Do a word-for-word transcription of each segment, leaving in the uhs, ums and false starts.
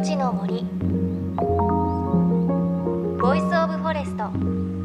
命の森ボイスオブフォレスト。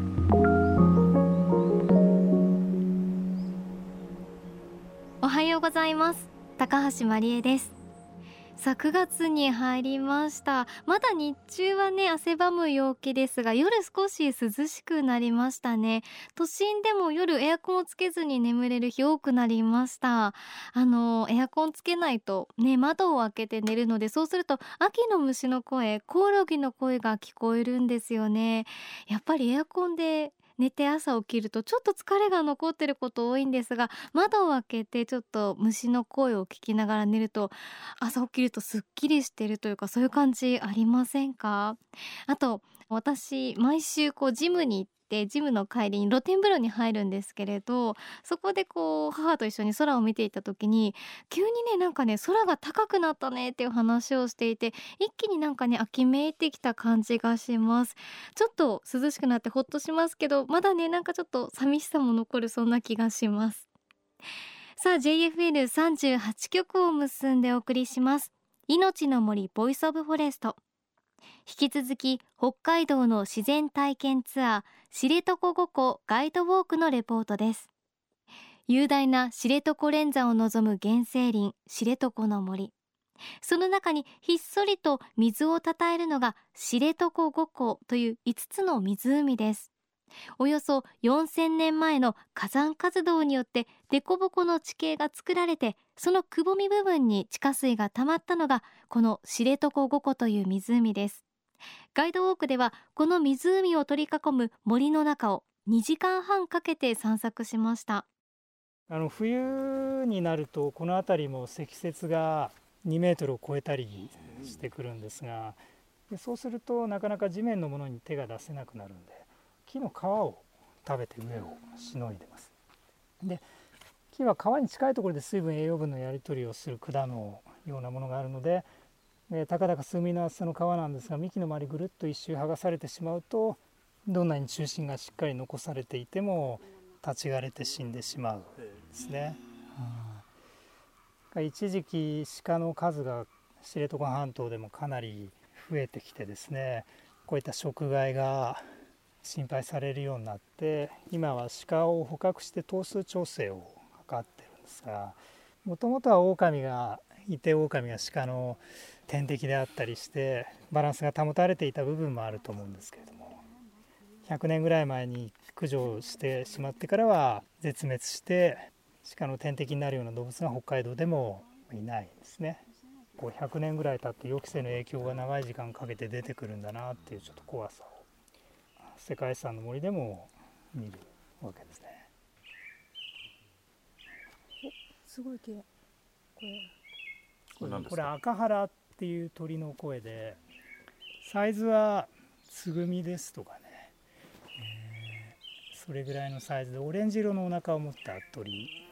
おはようございます。高橋真理恵です。さあくがつに入りました。まだ日中はね汗ばむ陽気ですが、夜少し涼しくなりましたね。都心でも夜エアコンをつけずに眠れる日多くなりました。あのエアコンつけないとね窓を開けて寝るので、そうすると秋の虫の声、コオロギの声が聞こえるんですよね。やっぱりエアコンで寝て朝起きるとちょっと疲れが残ってること多いんですが、窓を開けてちょっと虫の声を聞きながら寝ると朝起きるとすっきりしてるというか、そういう感じありませんか？あと私毎週こうジムに行って、ジムの帰りに露天風呂に入るんですけれど、そこでこう母と一緒に空を見ていた時に急にねなんかね空が高くなったねっていう話をしていて、一気になんかね秋めいてきた感じがします。ちょっと涼しくなってほっとしますけど、まだねなんかちょっと寂しさも残る、そんな気がします。さあ ジェイエフエヌさんじゅうはち 局を結んでお送りします命の森ボイスオブフォレスト。引き続き北海道の自然体験ツアー知床五湖ガイドウォークのレポートです。雄大な知床連山を望む原生林知床の森、その中にひっそりと水をたたえるのが知床五湖といういつつの湖です。およそよんせんねんまえの火山活動によって凸凹の地形が作られて、そのくぼみ部分に地下水が溜まったのがこの知床五湖という湖です。ガイドウォークではこの湖を取り囲む森の中をにじかんはんかけて散策しました。 あの冬になるとこの辺りも積雪がにメートルを超えたりしてくるんですが、でそうするとなかなか地面のものに手が出せなくなるんで、木の皮を食べて上をしのいでます。で木は皮に近いところで水分栄養分のやり取りをする管のようなものがあるので、でたかだか数ミリの厚さの皮なんですが、幹の周りぐるっと一周剥がされてしまうと、どんなに中心がしっかり残されていても立ち枯れて死んでしまうんですね。うん、一時期鹿の数が知床半島でもかなり増えてきてですね、こういった食害が心配されるようになって、今は鹿を捕獲して頭数調整を図ってるんですが、もともとは狼がいて、狼が鹿の天敵であったりしてバランスが保たれていた部分もあると思うんですけれども、ひゃくねんぐらい前に駆除してしまってからは絶滅して、鹿の天敵になるような動物が北海道でもいないんですね。こうひゃくねんぐらい経って予期せぬ影響が長い時間かけて出てくるんだなっていうちょっと怖さを世界遺産の森でも見るわけですね。 お、すごい綺麗。これこれ何ですか？これ赤原っていう鳥の声で、サイズはつぐみですとかね、えー、それぐらいのサイズでオレンジ色のお腹を持った鳥です。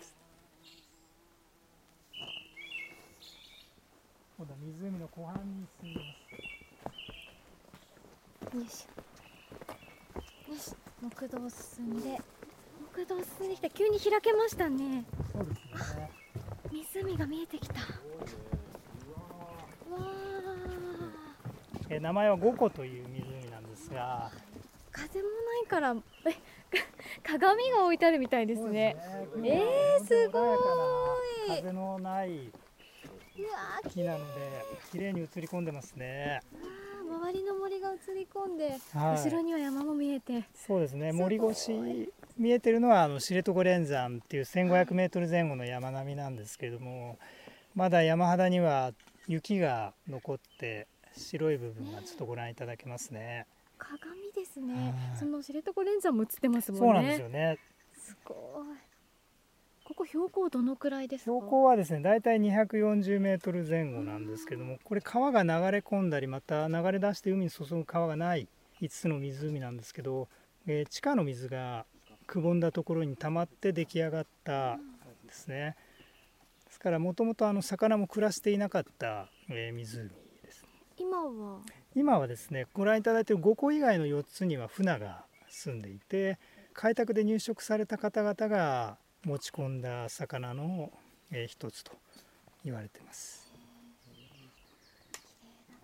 今度は湖の湖畔に進みます。 よいしょよし、木道を進んで木道を進んできた。急に開けましたね。 そうですね。 湖が見えてきた。わえ名前は五湖という湖なんですが、 風もないからえ鏡が置いてあるみたいですね。 そうですね。 えー、すごい。 風のない木なので綺麗に映り込んでますね。 周りの森が映り込んで、 はい、 後ろには山も見えて。 そうですね。森越し見えてるのはあの知床連山っていうせんごひゃくメートル前後の山並みなんですけれども、まだ山肌には雪が残って白い部分がちょっとご覧いただけますね。 鏡ですね。その知床連山も映ってますもんね。 そうなんですよね。 すごい。ここ標高どのくらいですか？ 標高はですね、だいたいにひゃくよんじゅうメートル前後なんですけども、これ川が流れ込んだりまた流れ出して海に注ぐ川がないいつつの湖なんですけど、えー、地下の水がくぼんだところに溜まって出来上がったんですね。ですからもともと魚も暮らしていなかった、えー、湖です。 今は今はですね、ご覧いただいているご湖以外のよっつにはフナが住んでいて、開拓で入植された方々が持ち込んだ魚の、えー、一つと言われています。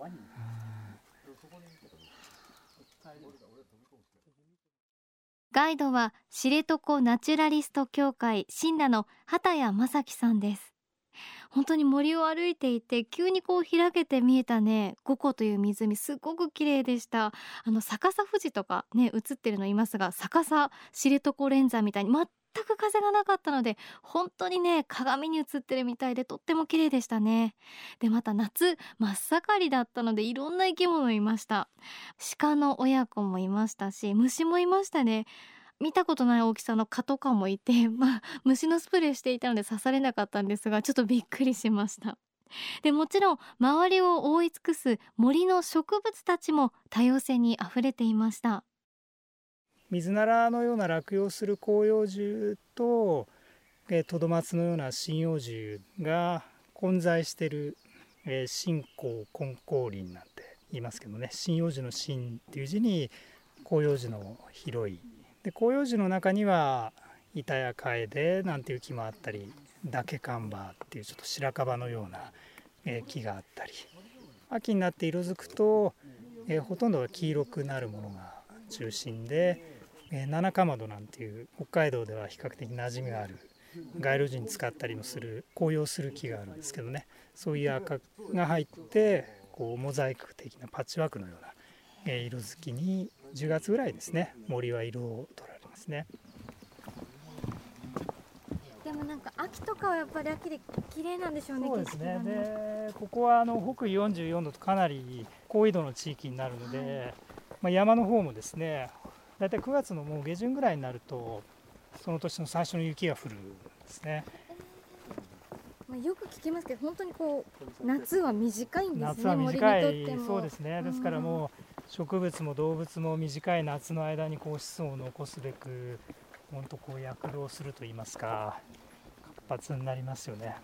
ガイドは知床ナチュラリスト協会神羅の畑谷正樹さんです。本当に森を歩いていて急にこう開けて見えたね五湖という湖、すごく綺麗でした。あの逆さ富士とかね映ってるのいますが、逆さ知床連山みたいに全く風がなかったので、本当にね鏡に映ってるみたいでとっても綺麗でしたね。でまた夏真っ盛りだったのでいろんな生き物いました。鹿の親子もいましたし、虫もいましたね。見たことない大きさの蚊とかもいて、まあ、虫のスプレーしていたので刺されなかったんですが、ちょっとびっくりしました。でもちろん周りを覆い尽くす森の植物たちも多様性にあふれていました。 ミズナラのような落葉する広葉樹とトドマツのような針葉樹が混在している新興根高林なんて言いますけどね、針葉樹の針っていう字に広葉樹の広いで、広葉樹の中にはイタヤカエデなんていう木もあったり、ダケカンバっていうちょっと白樺のような、えー、木があったり、秋になって色づくと、えー、ほとんどは黄色くなるものが中心で、えー、七かまどなんていう北海道では比較的馴染みがある街路樹に使ったりもする紅葉する木があるんですけどね、そういう赤が入ってこうモザイク的なパッチワークのような、えー、色づきにじゅうがつぐらいですね、森は色を取られますね。 でもなんか秋とかはやっぱり秋で綺麗なんでしょうね。 そうですね。 景色がね。 でここはあの北緯よんじゅうよんどとかなり高緯度の地域になるので、はい、まあ、山の方もですね、だいたいくがつのもう下旬ぐらいになるとその年の最初の雪が降るんですね。 まあ、よく聞きますけど本当にこう夏は短いんですね。 夏は短い、 森にとってもそうですね。ですからもう植物も動物も短い夏の間にこう子孫を残すべく本当こう躍動するといいますか、活発になりますよね。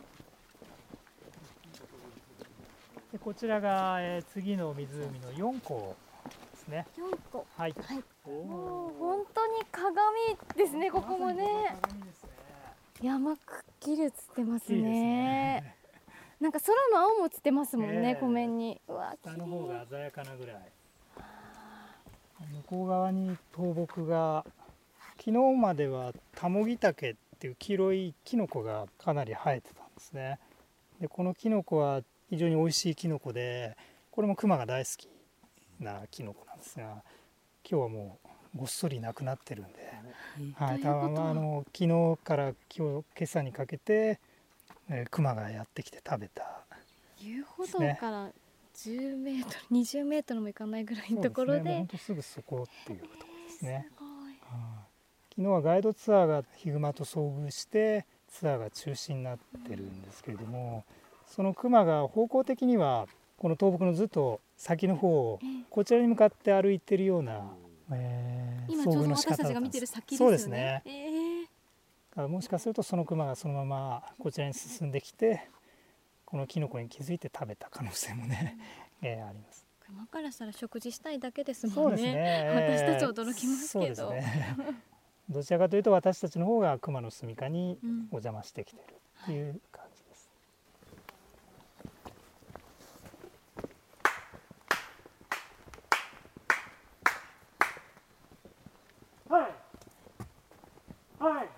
でこちらが、えー、次の湖のよんこですね。 よんこ、 はい、 はい、もう本当に鏡ですね。ここもね、 鏡ですね。 山くっきり映ってますね。 ねなんか空の青も映ってますもんね、 えー、 湖面に。うわ、 下の方が鮮やかなぐらい。向こう側に倒木が、昨日まではタモギタケっていう黄色いキノコがかなり生えてたんですね。でこのキノコは非常に美味しいキノコで、これもクマが大好きなキノコなんですが、今日はもうごっそりなくなってるんで、はい、多分あの昨日から今日今朝にかけて、えー、クマがやってきて食べた、 遊歩道からじゅうメートル、にじゅうメートルもいかないぐらいのところで、 本当すぐそこっていうところですね。 すごい。 昨日はガイドツアーがヒグマと遭遇してツアーが中止になってるんですけれども、そのクマが方向的にはこの倒木のずっと先の方をこちらに向かって歩いてるような、えー、 今ちょうど私たちが見てる先ですよね。 そうですね、 えー、 だからもしかするとそのクマがそのままこちらに進んできてこのキノコに気づいて食べた可能性もね、えー、あります。 クマからしたら食事したいだけですもんね。 そうですね、 私たち驚きますけど、 そうですねどちらかというと私たちの方がクマの住処にお邪魔してきているっていう感じです。はいはい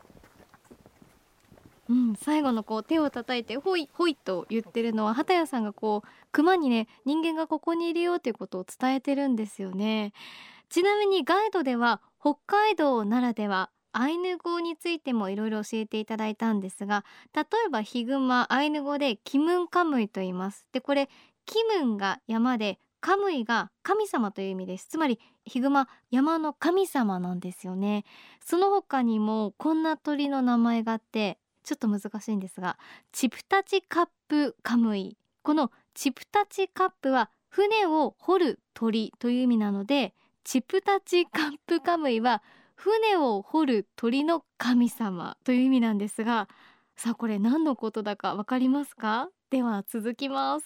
うん、最後のこう手を叩いてホイホイと言ってるのは畑谷さんがこう熊にね人間がここにいるよということを伝えてるんですよね。ちなみにガイドでは北海道ならではアイヌ語についてもいろいろ教えていただいたんですが、例えばヒグマアイヌ語でキムンカムイと言います。でこれキムンが山でカムイが神様という意味です。つまりヒグマ山の神様なんですよね。その他にもこんな鳥の名前があってちょっと難しいんですが、チプタチカップカムイ、このチプタチカップは船を掘る鳥という意味なので、チプタチカップカムイは船を掘る鳥の神様という意味なんですが、さあこれ何のことだかわかりますか？では続きます。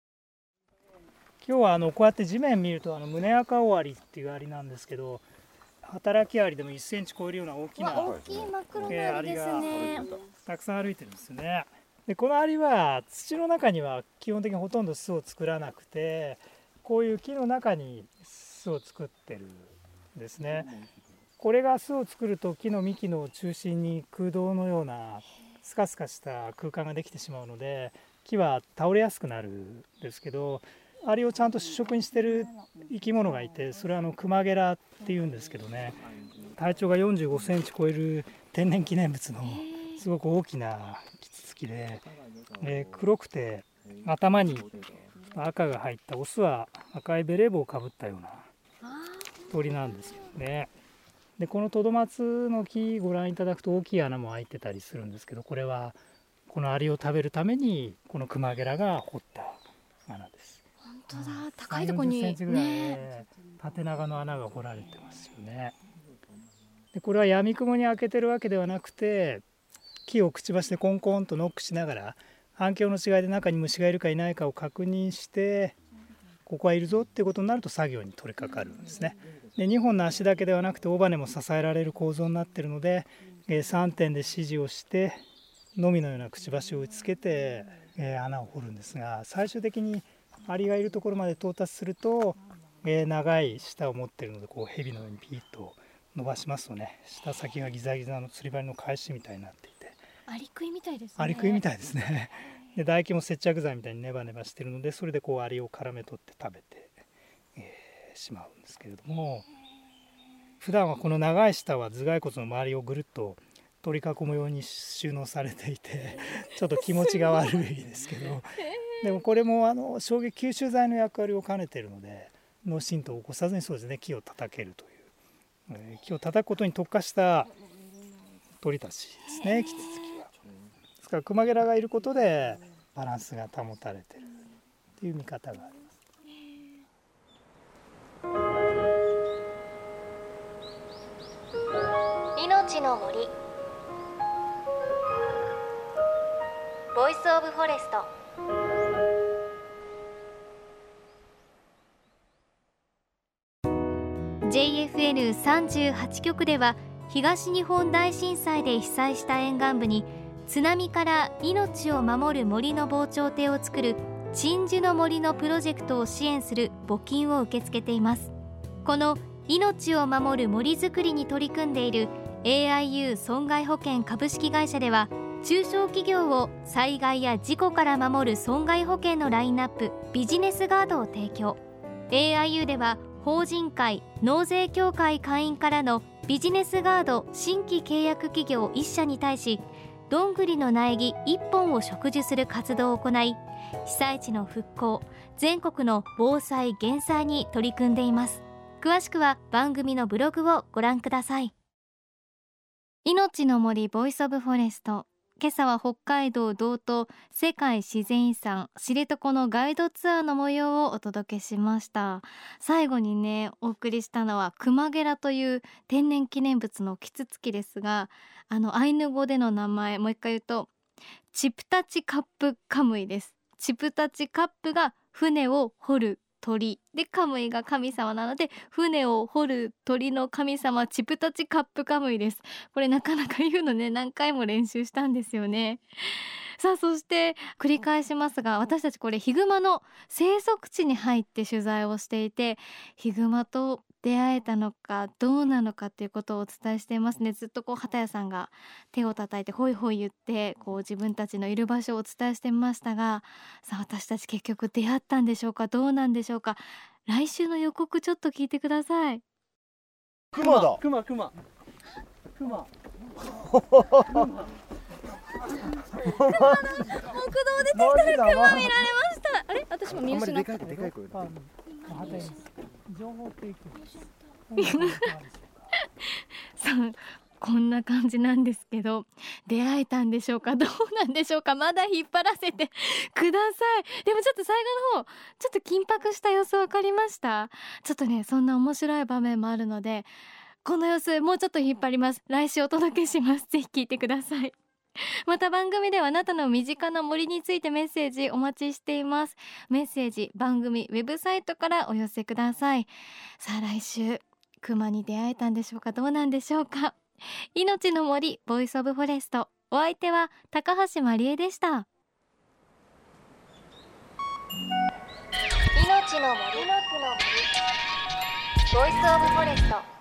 今日はあのこうやって地面見るとあの胸赤オアリっていうアリなんですけど、働きアリでもいっセンチ超えるような大きな大きい真っ黒なアリですね。 たくさん歩いてるんですよね。 でこのアリは土の中には基本的にほとんど巣を作らなくて、こういう木の中に巣を作ってるんですね。これが巣を作ると木の幹の中心に空洞のようなスカスカした空間ができてしまうので、木は倒れやすくなるんですけど、アリをちゃんと主食にしてる生き物がいて、それはあのクマゲラっていうんですけどね、体長がよんじゅうごセンチ超える天然記念物のすごく大きなキツツキで、えー、黒くて頭に赤が入った、オスは赤いベレー帽をかぶったような鳥なんですけどね。でこのトドマツの木ご覧いただくと大きい穴も開いてたりするんですけど、これはこのアリを食べるためにこのクマゲラが掘った穴です。 本当だ、高いところにさんじゅっセンチぐらいで縦長の穴が掘られてますよね。でこれはやみくもに開けてるわけではなくて、木をくちばしでコンコンとノックしながら反響の違いで中に虫がいるかいないかを確認して、ここはいるぞっていうことになると作業に取り掛かるんですね。でにほんの足だけではなくて尾羽も支えられる構造になっているので、さんてんで指示をしてのみのようなくちばしを打ちつけて穴を掘るんですが、最終的にアリがいるところまで到達すると、長い舌を持っているのでこう蛇のようにピーッと伸ばしますとね、舌先がギザギザの釣り針の返しみたいになっていて、 アリ食いみたいですね。 アリ食いみたいですね。で唾液も接着剤みたいにネバネバしているので、それでこうアリを絡め取って食べて、えー、しまうんですけれども、普段はこの長い舌は頭蓋骨の周りをぐるっと取り囲むように収納されていてちょっと気持ちが悪いですけど、でもこれもあの衝撃吸収剤の役割を兼ねているので、脳震盪を起こさずにそうですね、木を叩けるという、えー、木を叩くことに特化した鳥たちですね、キツツキは。ですからクマゲラがいることでバランスが保たれているという見方があります。 命の森、ボイスオブフォレスト。ジェイエフエヌさんじゅうはち 局では東日本大震災で被災した沿岸部に津波から命を守る森の防潮堤を作る鎮守の森のプロジェクトを支援する募金を受け付けています。この命を守る森づくりに取り組んでいる エーアイユー 損害保険株式会社では、中小企業を災害や事故から守る損害保険のラインナップビジネスガードを提供。 エーアイユー では法人会納税協会会員からのビジネスガード新規契約企業いっ社に対し、どんぐりの苗木いっぽんを植樹する活動を行い、被災地の復興、全国の防災減災に取り組んでいます。詳しくは番組のブログをご覧ください。命の森ボイスオブフォレスト、今朝は北海道道東世界自然遺産知床のガイドツアーの模様をお届けしました。最後にねお送りしたのはクマゲラという天然記念物のキツツキですが、あのアイヌ語での名前もう一回言うとチプタチカップカムイです。チプタチカップが船を掘る鳥で、カムイが神様なので船を掘る鳥の神様チプタチカップカムイです。これなかなか言うのね、何回も練習したんですよね。さあ、そして繰り返しますが、私たちこれヒグマの生息地に入って取材をしていて、ヒグマと出会えたのかどうなのかっていうことをお伝えしていますね。ずっとこう畑谷さんが手を叩いてホイホイ言ってこう自分たちのいる場所をお伝えしてみましたが、さあ私たち結局出会ったんでしょうか、どうなんでしょうか。来週の予告ちょっと聞いてください。 クマだ。 クマクマクマ木道出てきたらクマ見られました。あれ、私も見失った。 でかいでかい声。 情報提供そうこんな感じなんですけど、出会えたんでしょうか、どうなんでしょうか。まだ引っ張らせてください。でもちょっと最後の方ちょっと緊迫した様子分かりました。ちょっとねそんな面白い場面もあるので、この様子もうちょっと引っ張ります。来週お届けします。ぜひ聞いてください。また番組ではあなたの身近な森についてメッセージお待ちしています。メッセージ番組ウェブサイトからお寄せください。さあ来週クマに出会えたんでしょうか、どうなんでしょうか。命の森ボイスオブフォレスト、お相手は高橋まりえでした。 の森ボイスオブフォレスト。